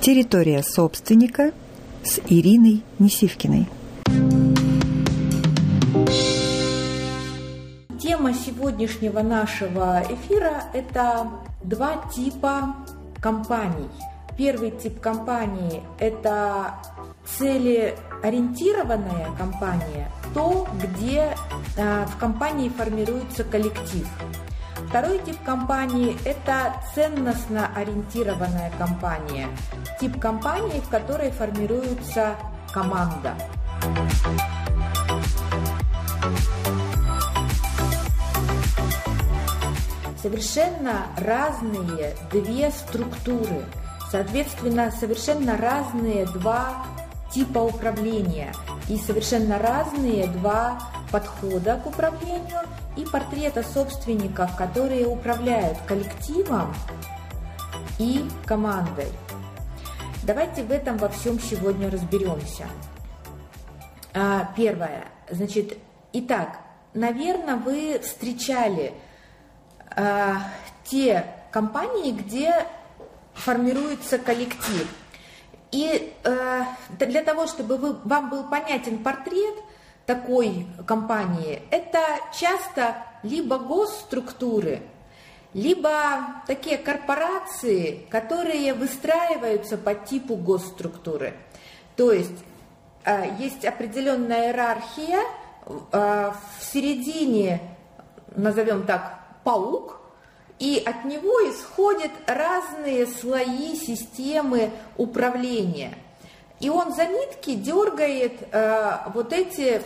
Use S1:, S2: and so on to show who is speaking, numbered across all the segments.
S1: Территория собственника с Ириной Несивкиной.
S2: Тема сегодняшнего нашего эфира – это два типа компаний. Первый тип компании – это целеориентированная компания, то, где в компании формируется коллектив. Второй тип компании – это ценностно-ориентированная компания, тип компании, в которой формируется команда. Совершенно разные две структуры, соответственно, совершенно разные два типа управления и совершенно разные два подхода к управлению и портрета собственников, которые управляют коллективом и командой. Давайте в этом во всем сегодня разберемся. Первое. Итак, наверное, вы встречали те компании, где формируется коллектив. И для того, чтобы вам был понятен портрет такой компании, это часто либо госструктуры, либо такие корпорации, которые выстраиваются по типу госструктуры. То есть есть определенная иерархия, в середине, назовем так, паук, и от него исходят разные слои системы управления. И он за нитки дергает вот эти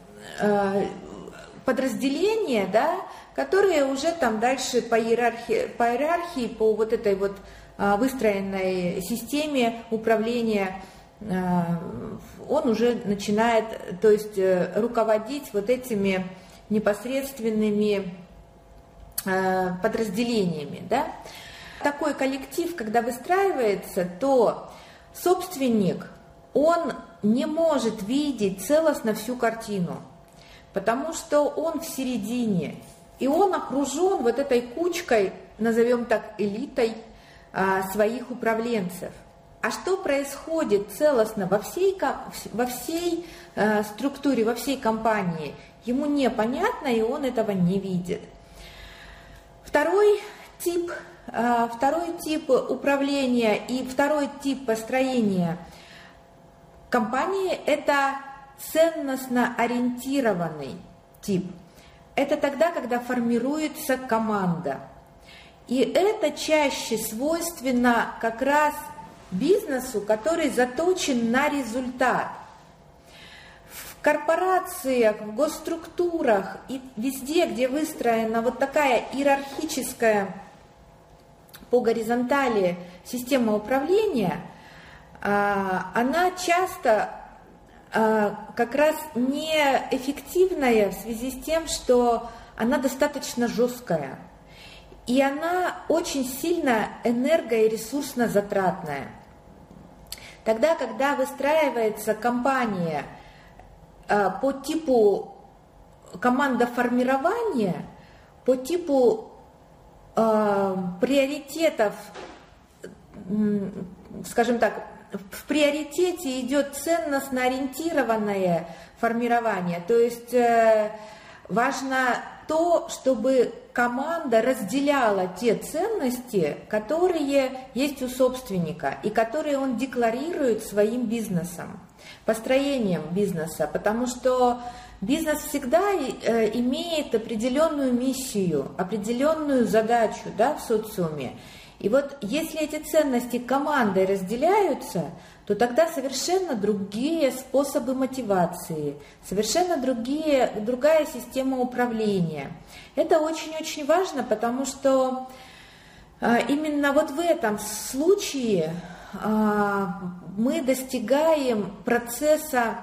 S2: подразделения, да, которые уже там дальше по иерархии, по вот этой вот выстроенной системе управления, он уже начинает, то есть руководить вот этими непосредственными подразделениями, да. Такой коллектив, когда выстраивается, то собственник, он не может видеть целостно всю картину, потому что он в середине, и он окружен вот этой кучкой, назовем так, элитой своих управленцев. А что происходит целостно во всей структуре, во всей компании, ему непонятно, и он этого не видит. Второй тип управления и второй тип построения компании – это ценностно-ориентированный тип. Это тогда, когда формируется команда. И это чаще свойственно как раз бизнесу, который заточен на результат. В корпорациях, в госструктурах и везде, где выстроена вот такая иерархическая по горизонтали система управления, она часто как раз неэффективная в связи с тем, что она достаточно жесткая. И она очень сильно энерго- и ресурсно затратная. Тогда, когда выстраивается компания по типу командоформирования, по типу приоритетов, скажем так, в приоритете идет ценностно-ориентированное формирование, то есть важно то, чтобы команда разделяла те ценности, которые есть у собственника и которые он декларирует своим бизнесом, построением бизнеса, потому что бизнес всегда имеет определенную миссию, определенную задачу, да, в социуме. И вот если эти ценности командой разделяются, то тогда совершенно другие способы мотивации, совершенно другая система управления. Это очень-очень важно, потому что именно вот в этом случае мы достигаем процесса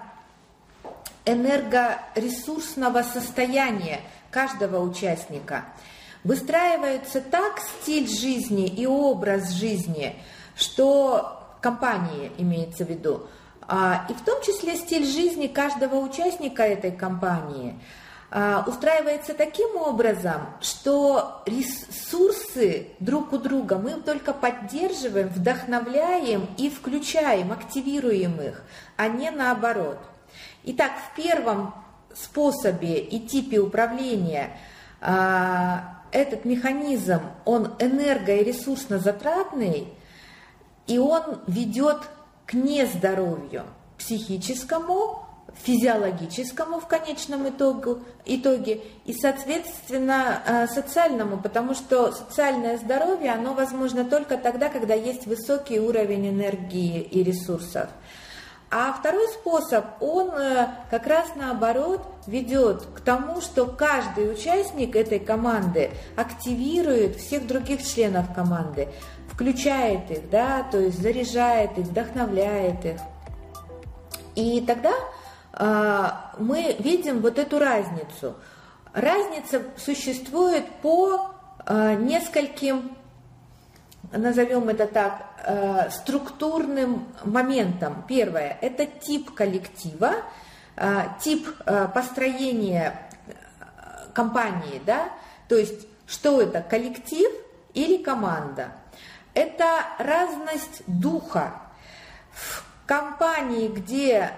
S2: энергоресурсного состояния каждого участника. Выстраивается так стиль жизни и образ жизни, что компании имеется в виду, и в том числе стиль жизни каждого участника этой компании, устраивается таким образом, что ресурсы друг у друга мы только поддерживаем, вдохновляем и включаем, активируем их, а не наоборот. Итак, в первом способе и типе управления этот механизм, он энерго- и ресурсно затратный, и он ведет к нездоровью психическому, физиологическому в конечном итоге и, соответственно, социальному, потому что социальное здоровье, оно возможно только тогда, когда есть высокий уровень энергии и ресурсов. А второй способ, он как раз наоборот ведет к тому, что каждый участник этой команды активирует всех других членов команды, включает их, да, то есть заряжает их, вдохновляет их. И тогда мы видим вот эту разницу. Разница существует по нескольким, назовем это так, структурным моментам. Первое – это тип коллектива, тип построения компании, да, то есть что это, коллектив или команда. Это разность духа. В компании, где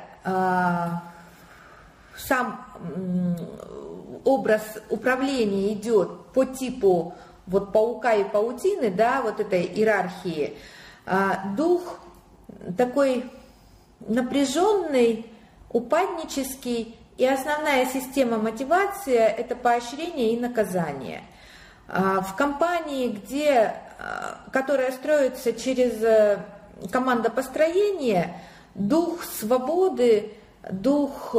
S2: сам образ управления идет по типу вот паука и паутины, да, вот этой иерархии, дух такой напряженный, упаднический, и основная система мотивации – это поощрение и наказание. В компании, которая строится через командопостроение, дух свободы, дух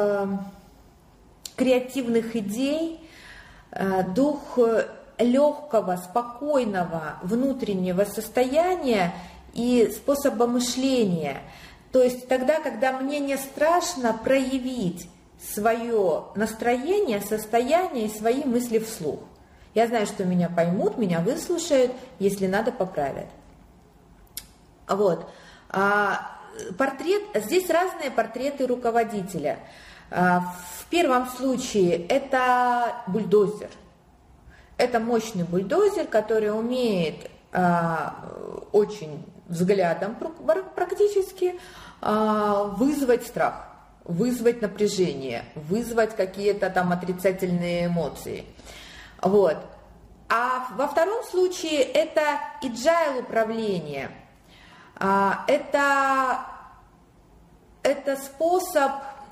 S2: креативных идей, дух легкого, спокойного внутреннего состояния и способа мышления. То есть тогда, когда мне не страшно проявить свое настроение, состояние и свои мысли вслух. Я знаю, что меня поймут, меня выслушают, если надо, поправят. Вот. Здесь разные портреты руководителя. В первом случае это бульдозер. Это мощный бульдозер, который умеет очень взглядом практически вызвать страх, вызвать напряжение, вызвать какие-то там отрицательные эмоции. Вот. А во втором случае это agile управление. Это способ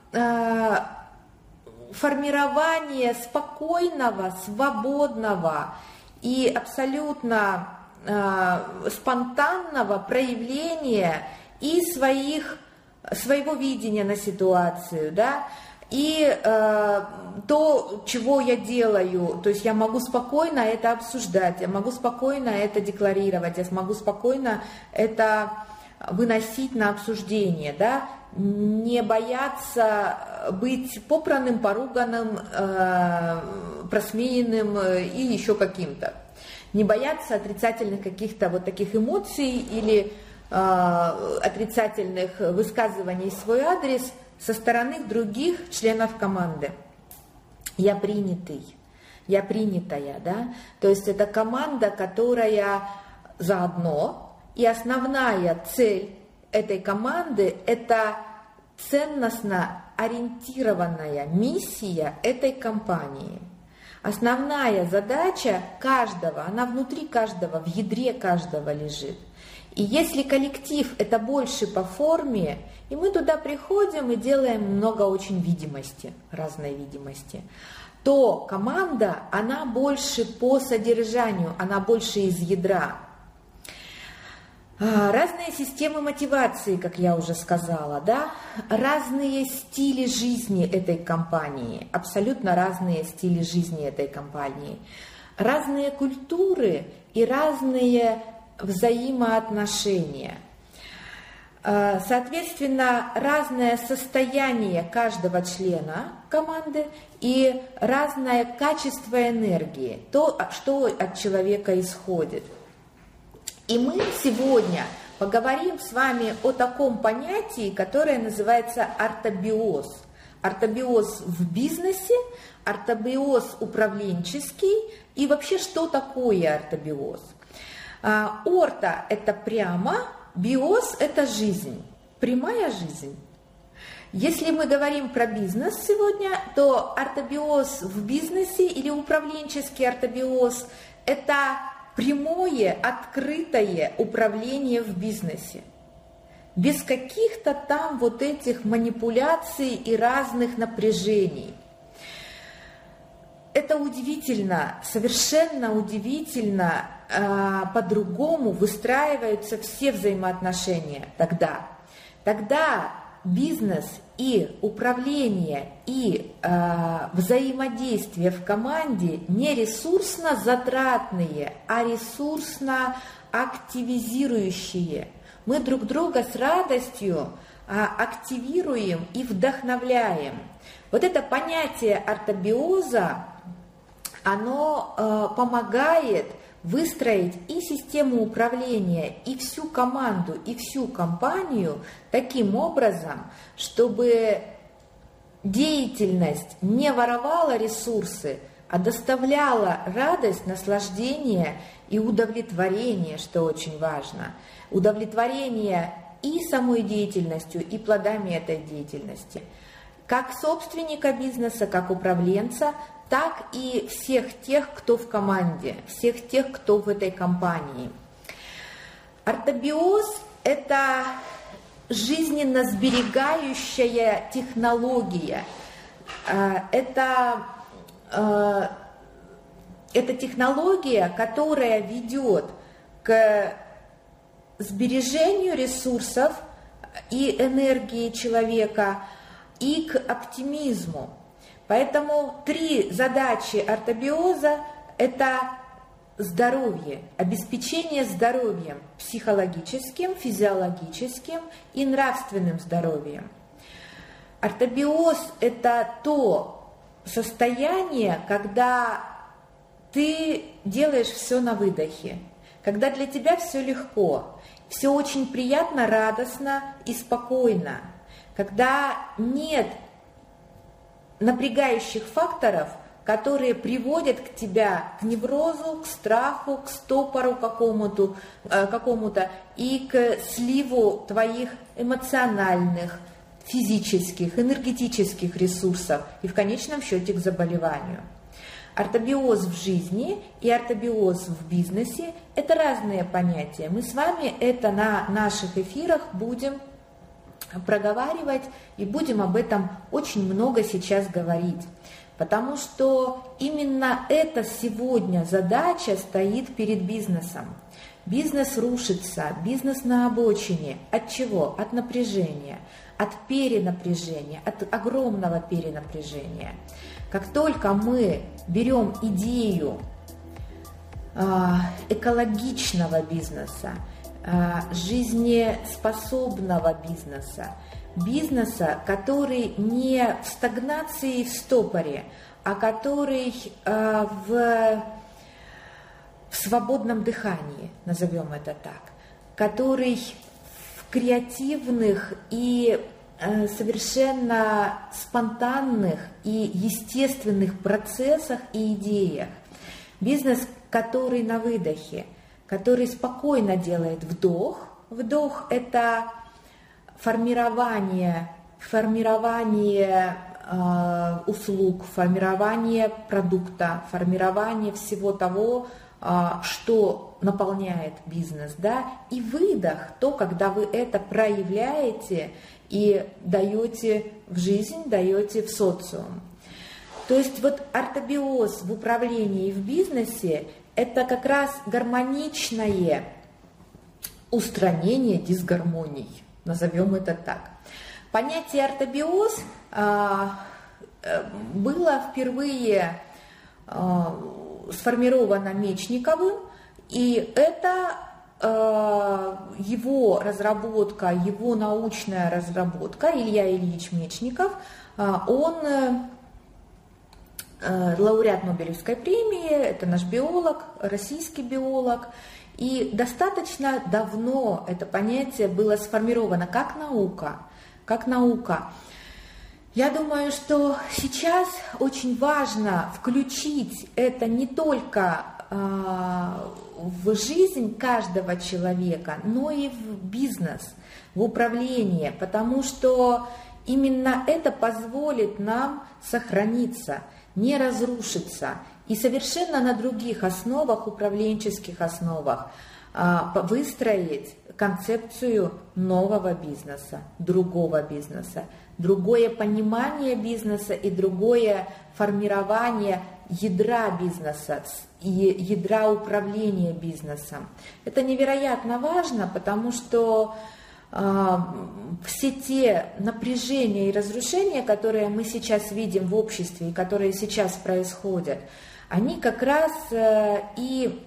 S2: формирования спокойного, свободного и абсолютно спонтанного проявления и своего видения на ситуацию, да, и то, чего я делаю, то есть я могу спокойно это обсуждать, я могу спокойно это декларировать, я могу спокойно это выносить на обсуждение, да, не бояться быть попранным, поруганным, просмеянным и еще каким-то. Не бояться отрицательных каких-то вот таких эмоций или отрицательных высказываний в свой адрес со стороны других членов команды. Я принятый, я принятая, да. То есть это команда, которая заодно, и основная цель этой команды – это ценностно ориентированная миссия этой компании. Основная задача каждого, она внутри каждого, в ядре каждого лежит. И если коллектив – это больше по форме, и мы туда приходим и делаем много очень видимости, разной видимости, то команда, она больше по содержанию, она больше из ядра. Разные системы мотивации, как я уже сказала, да? Разные стили жизни этой компании, абсолютно разные стили жизни этой компании, разные культуры и разные взаимоотношения. Соответственно, разное состояние каждого члена команды и разное качество энергии, то, что от человека исходит. И мы сегодня поговорим с вами о таком понятии, которое называется ортобиоз. Ортобиоз в бизнесе, ортобиоз управленческий и вообще, что такое ортобиоз. Орто – это прямо, биоз – это жизнь, прямая жизнь. Если мы говорим про бизнес сегодня, то ортобиоз в бизнесе или управленческий ортобиоз – это прямое, открытое управление в бизнесе. Без каких-то там вот этих манипуляций и разных напряжений. Это удивительно, совершенно удивительно, по-другому выстраиваются все взаимоотношения тогда. Тогда бизнес и управление, и взаимодействие в команде не ресурсно затратные, а ресурсно активизирующие. Мы друг друга с радостью активируем и вдохновляем. Вот это понятие ортобиоза, оно помогает выстроить и систему управления, и всю команду, и всю компанию таким образом, чтобы деятельность не воровала ресурсы, а доставляла радость, наслаждение и удовлетворение, что очень важно. Удовлетворение и самой деятельностью, и плодами этой деятельности. Как собственника бизнеса, как управленца, так и всех тех, кто в команде, всех тех, кто в этой компании. Ортобиоз – это жизненно сберегающая технология. Это технология, которая ведет к сбережению ресурсов и энергии человека, и к оптимизму. Поэтому 3 задачи ортобиоза – это здоровье, обеспечение здоровьем психологическим, физиологическим и нравственным здоровьем. Ортобиоз – это то состояние, когда ты делаешь все на выдохе, когда для тебя все легко, все очень приятно, радостно и спокойно, когда нет напрягающих факторов, которые приводят к тебя к неврозу, к страху, к стопору какому-то и к сливу твоих эмоциональных, физических, энергетических ресурсов и в конечном счете к заболеванию. Ортобиоз в жизни и ортобиоз в бизнесе – это разные понятия. Мы с вами это на наших эфирах будем проговаривать и будем об этом очень много сейчас говорить. Потому что именно эта сегодня задача стоит перед бизнесом. Бизнес рушится, бизнес на обочине. От чего? От напряжения, от перенапряжения, от огромного перенапряжения. Как только мы берем идею экологичного бизнеса, жизнеспособного бизнеса, который не в стагнации и в стопоре, а который в свободном дыхании, назовем это так, который в креативных и совершенно спонтанных и естественных процессах и идеях. Бизнес, который на выдохе, который спокойно делает вдох. Вдох – это формирование услуг, формирование продукта, формирование всего того, что наполняет бизнес, да, и выдох, то, когда вы это проявляете и даете в жизнь, даете в социум. То есть вот ортобиоз в управлении и в бизнесе – это как раз гармоничное устранение дисгармоний, назовем это так. Понятие ортобиоз было впервые сформировано Мечниковым, и это его разработка, его научная разработка, Илья Ильич Мечников, он лауреат Нобелевской премии, это наш биолог, российский биолог, и достаточно давно это понятие было сформировано как наука. Я думаю, что сейчас очень важно включить это не только в жизнь каждого человека, но и в бизнес, в управление, потому что именно это позволит нам сохраниться, не разрушиться и совершенно на других основах, управленческих основах, выстроить концепцию нового бизнеса, другого бизнеса, другое понимание бизнеса и другое формирование ядра бизнеса и ядра управления бизнесом. Это невероятно важно, потому что все те напряжения и разрушения, которые мы сейчас видим в обществе и которые сейчас происходят, они как раз и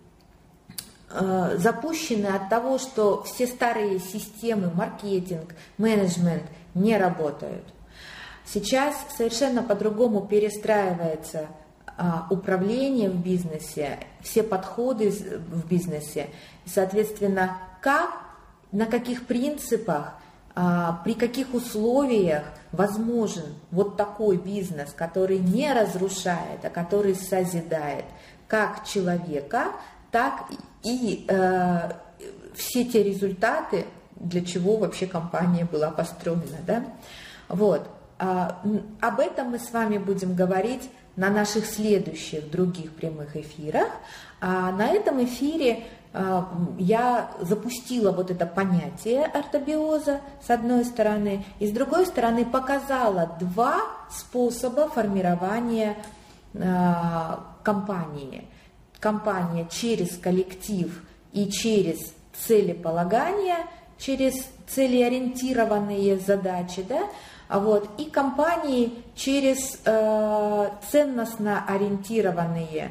S2: запущены от того, что все старые системы, маркетинг, менеджмент не работают. Сейчас совершенно по-другому перестраивается управление в бизнесе, все подходы в бизнесе, и, соответственно, на каких принципах, при каких условиях возможен вот такой бизнес, который не разрушает, а который созидает как человека, так и все те результаты, для чего вообще компания была построена. Да? Вот. Об этом мы с вами будем говорить на наших следующих других прямых эфирах. А на этом эфире я запустила вот это понятие ортобиоза с одной стороны, и с другой стороны показала два способа формирования компании. Компания через коллектив и через целеполагание, через целеориентированные задачи, да? Вот, и компании через ценностно ориентированные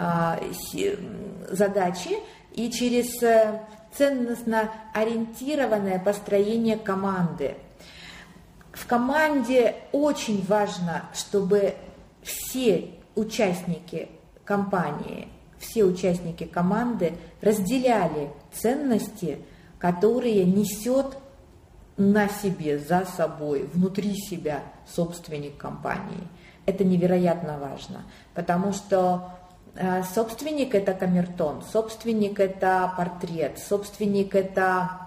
S2: задачи и через ценностно ориентированное построение команды. В команде очень важно, чтобы все участники компании, все участники команды разделяли ценности, которые несет на себе, за собой, внутри себя собственник компании. Это невероятно важно, потому что собственник – это камертон, собственник – это портрет, собственник – это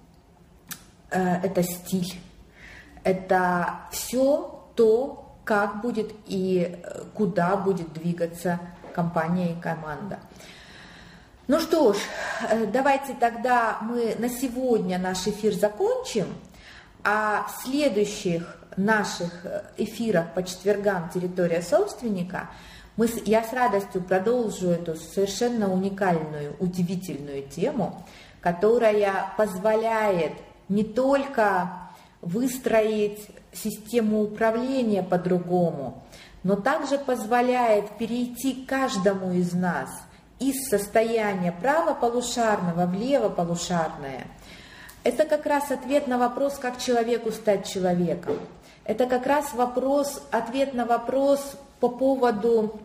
S2: стиль, это все то, как будет и куда будет двигаться компания и команда. Ну что ж, давайте тогда мы на сегодня наш эфир закончим, а в следующих наших эфирах по четвергам «Территория собственника» я с радостью продолжу эту совершенно уникальную, удивительную тему, которая позволяет не только выстроить систему управления по-другому, но также позволяет перейти каждому из нас из состояния правополушарного в левополушарное. Это как раз ответ на вопрос, как человеку стать человеком. Это как раз ответ на вопрос по поводу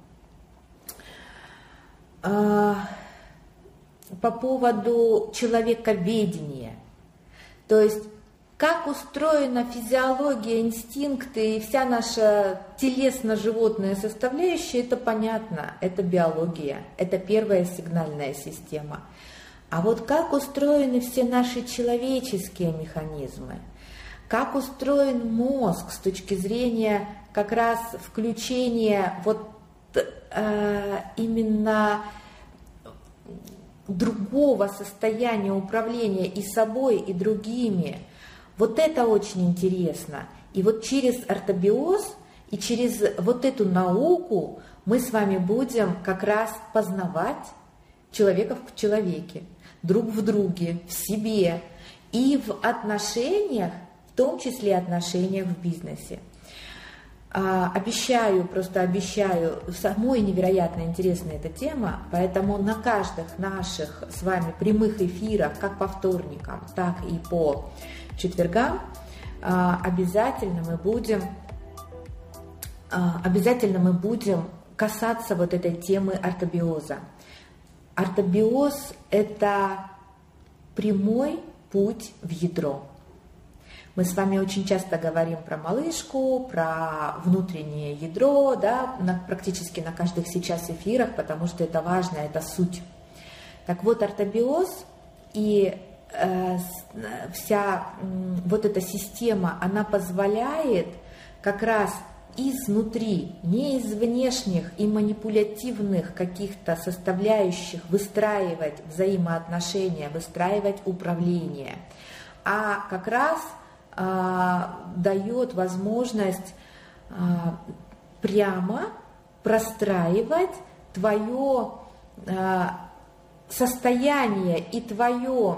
S2: человековедения. То есть, как устроена физиология, инстинкты и вся наша телесно-животная составляющая, это понятно, это биология, это первая сигнальная система. А вот как устроены все наши человеческие механизмы, как устроен мозг с точки зрения как раз включения вот именно другого состояния управления и собой, и другими. Вот это очень интересно. И вот через ортобиоз и через вот эту науку мы с вами будем как раз познавать человека в человеке, друг в друге, в себе и в отношениях, в том числе отношениях в бизнесе. Обещаю, самой невероятно интересная эта тема, поэтому на каждых наших с вами прямых эфирах, как по вторникам, так и по четвергам, обязательно мы будем касаться вот этой темы ортобиоза. Ортобиоз – это прямой путь в ядро. Мы с вами очень часто говорим про малышку, про внутреннее ядро, да, практически на каждых сейчас эфирах, потому что это важно, это суть. Так вот, ортобиоз и вся вот эта система, она позволяет как раз изнутри, не из внешних и манипулятивных каких-то составляющих выстраивать взаимоотношения, выстраивать управление, а как раз дает возможность прямо простраивать твое состояние и твое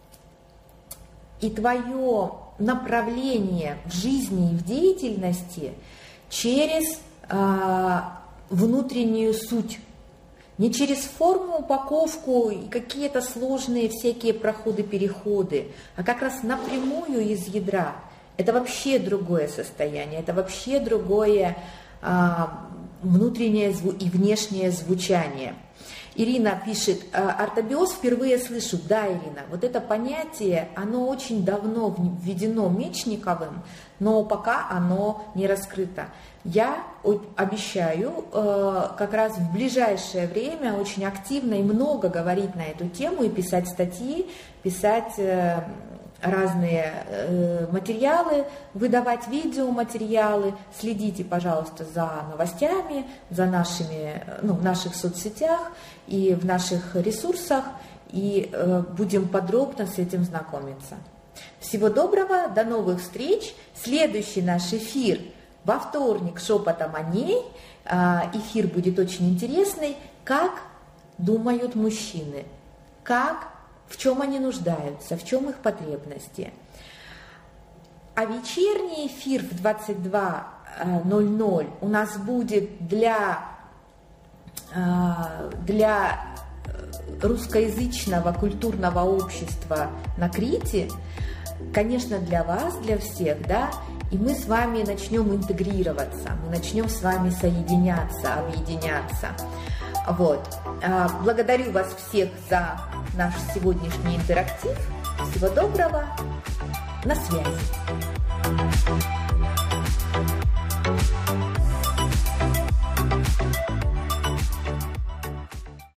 S2: направление в жизни и в деятельности через внутреннюю суть. Не через форму, упаковку и какие-то сложные всякие проходы-переходы, а как раз напрямую из ядра. Это вообще другое состояние, это вообще другое внутреннее и внешнее звучание. Ирина пишет, ортобиоз впервые слышу. Да, Ирина, вот это понятие, оно очень давно введено Мечниковым, но пока оно не раскрыто. Я обещаю как раз в ближайшее время очень активно и много говорить на эту тему и писать статьи, писать разные материалы, выдавать видеоматериалы. Следите, пожалуйста, за новостями, за нашими, в наших соцсетях и в наших ресурсах, и будем подробно с этим знакомиться. Всего доброго, до новых встреч. Следующий наш эфир во вторник «Шепотом о ней». Эфир будет очень интересный. Как думают мужчины? В чем они нуждаются, в чем их потребности. А вечерний эфир в 22:00 у нас будет для русскоязычного культурного общества на Крите, конечно, для вас, для всех, да, и мы с вами начнем интегрироваться, мы начнем с вами соединяться, объединяться. Вот. Благодарю вас всех за наш сегодняшний интерактив. Всего доброго. На связи.